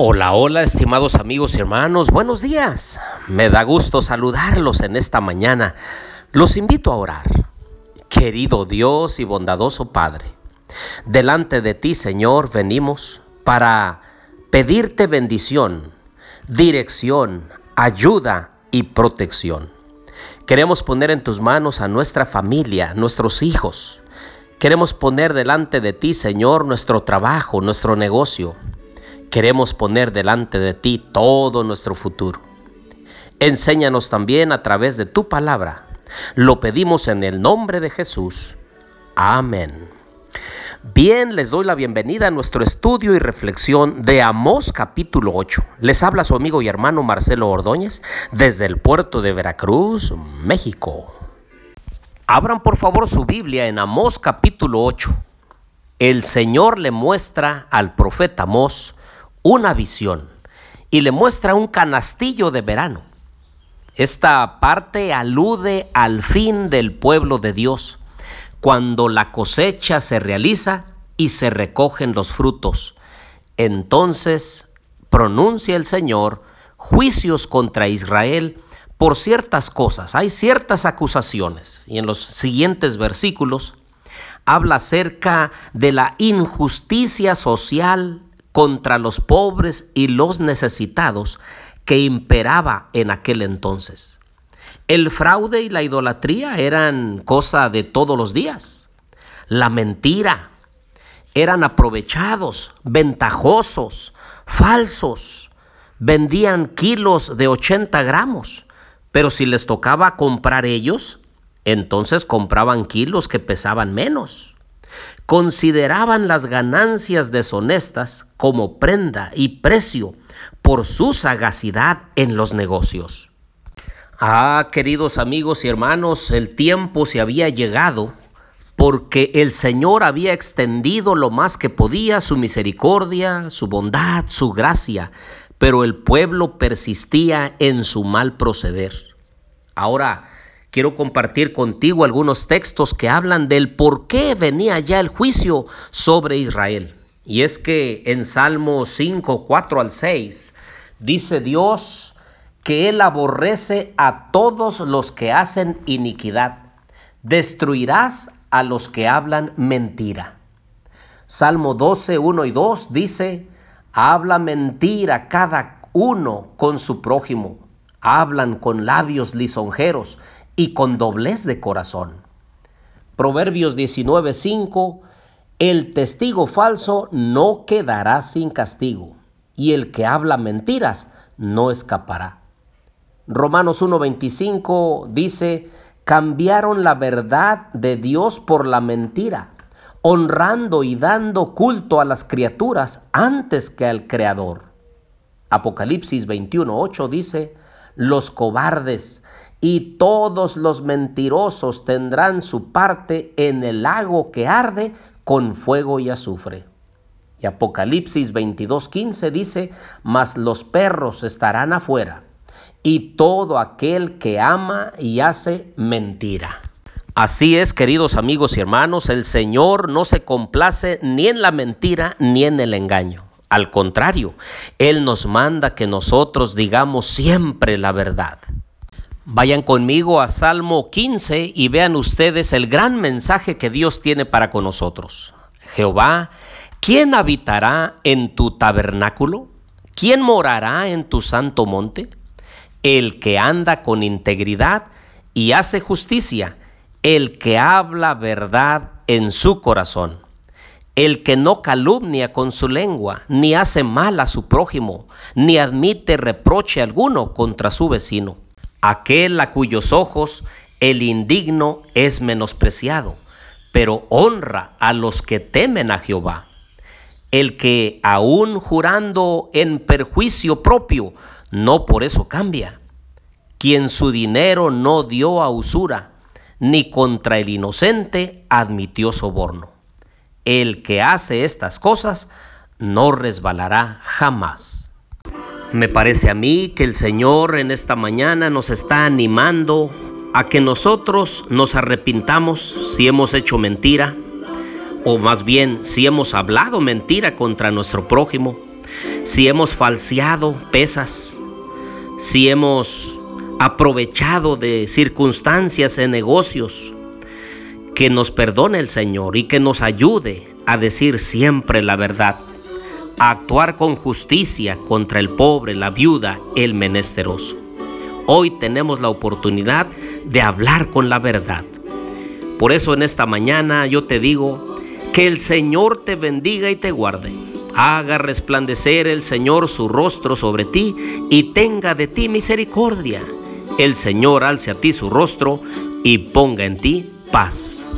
Hola, hola, estimados amigos y hermanos, buenos días. Me da gusto saludarlos en esta mañana. Los invito a orar. Querido Dios y bondadoso Padre, delante de ti, Señor, venimos para pedirte bendición, dirección, ayuda y protección. Queremos poner en tus manos a nuestra familia, nuestros hijos. Queremos poner delante de ti, Señor, nuestro trabajo, nuestro negocio. Queremos poner delante de ti todo nuestro futuro. Enséñanos también a través de tu palabra. Lo pedimos en el nombre de Jesús. Amén. Bien, les doy la bienvenida a nuestro estudio y reflexión de Amós capítulo 8. Les habla su amigo y hermano Marcelo Ordóñez desde el puerto de Veracruz, México. Abran por favor su Biblia en Amós capítulo 8. El Señor le muestra al profeta Amós una visión y le muestra un canastillo de verano. Esta parte alude al fin del pueblo de Dios, cuando la cosecha se realiza y se recogen los frutos. Entonces pronuncia el Señor juicios contra Israel por ciertas cosas. Hay ciertas acusaciones y en los siguientes versículos habla acerca de la injusticia social contra los pobres y los necesitados que imperaba en aquel entonces. El fraude y la idolatría eran cosa de todos los días. La mentira, eran aprovechados, ventajosos, falsos. Vendían kilos de 80 gramos, pero si les tocaba comprar ellos, entonces compraban kilos que pesaban menos. Consideraban las ganancias deshonestas como prenda y precio por su sagacidad en los negocios. Queridos amigos y hermanos, el tiempo se había llegado porque el Señor había extendido lo más que podía su misericordia, su bondad, su gracia, pero el pueblo persistía en su mal proceder. Ahora, quiero compartir contigo algunos textos que hablan del por qué venía ya el juicio sobre Israel. Y es que en Salmo 5, 4 al 6, dice Dios que Él aborrece a todos los que hacen iniquidad. Destruirás a los que hablan mentira. Salmo 12, 1 y 2 dice, habla mentira cada uno con su prójimo. Hablan con labios lisonjeros y con doblez de corazón. Proverbios 19:5, el testigo falso no quedará sin castigo, y el que habla mentiras no escapará. Romanos 1:25 dice, cambiaron la verdad de Dios por la mentira, honrando y dando culto a las criaturas antes que al Creador. Apocalipsis 21:8 dice, los cobardes y todos los mentirosos tendrán su parte en el lago que arde con fuego y azufre. Y Apocalipsis 22:15 dice, mas los perros estarán afuera, y todo aquel que ama y hace mentira. Así es, queridos amigos y hermanos, el Señor no se complace ni en la mentira ni en el engaño. Al contrario, Él nos manda que nosotros digamos siempre la verdad. Vayan conmigo a Salmo 15 y vean ustedes el gran mensaje que Dios tiene para con nosotros. Jehová, ¿quién habitará en tu tabernáculo? ¿Quién morará en tu santo monte? El que anda con integridad y hace justicia, el que habla verdad en su corazón, el que no calumnia con su lengua, ni hace mal a su prójimo, ni admite reproche alguno contra su vecino. Aquel a cuyos ojos el indigno es menospreciado, pero honra a los que temen a Jehová. El que aún jurando en perjuicio propio, no por eso cambia. Quien su dinero no dio a usura, ni contra el inocente admitió soborno. El que hace estas cosas no resbalará jamás. Me parece a mí que el Señor en esta mañana nos está animando a que nosotros nos arrepintamos si hemos hecho mentira, o más bien si hemos hablado mentira contra nuestro prójimo, Si hemos falseado pesas, si hemos aprovechado de circunstancias en negocios, que nos perdone el Señor y que nos ayude a decir siempre la verdad, a actuar con justicia contra el pobre, la viuda, el menesteroso. Hoy tenemos la oportunidad de hablar con la verdad. Por eso en esta mañana yo te digo, que el Señor te bendiga y te guarde. Haga resplandecer el Señor su rostro sobre ti y tenga de ti misericordia. El Señor alce a ti su rostro y ponga en ti paz.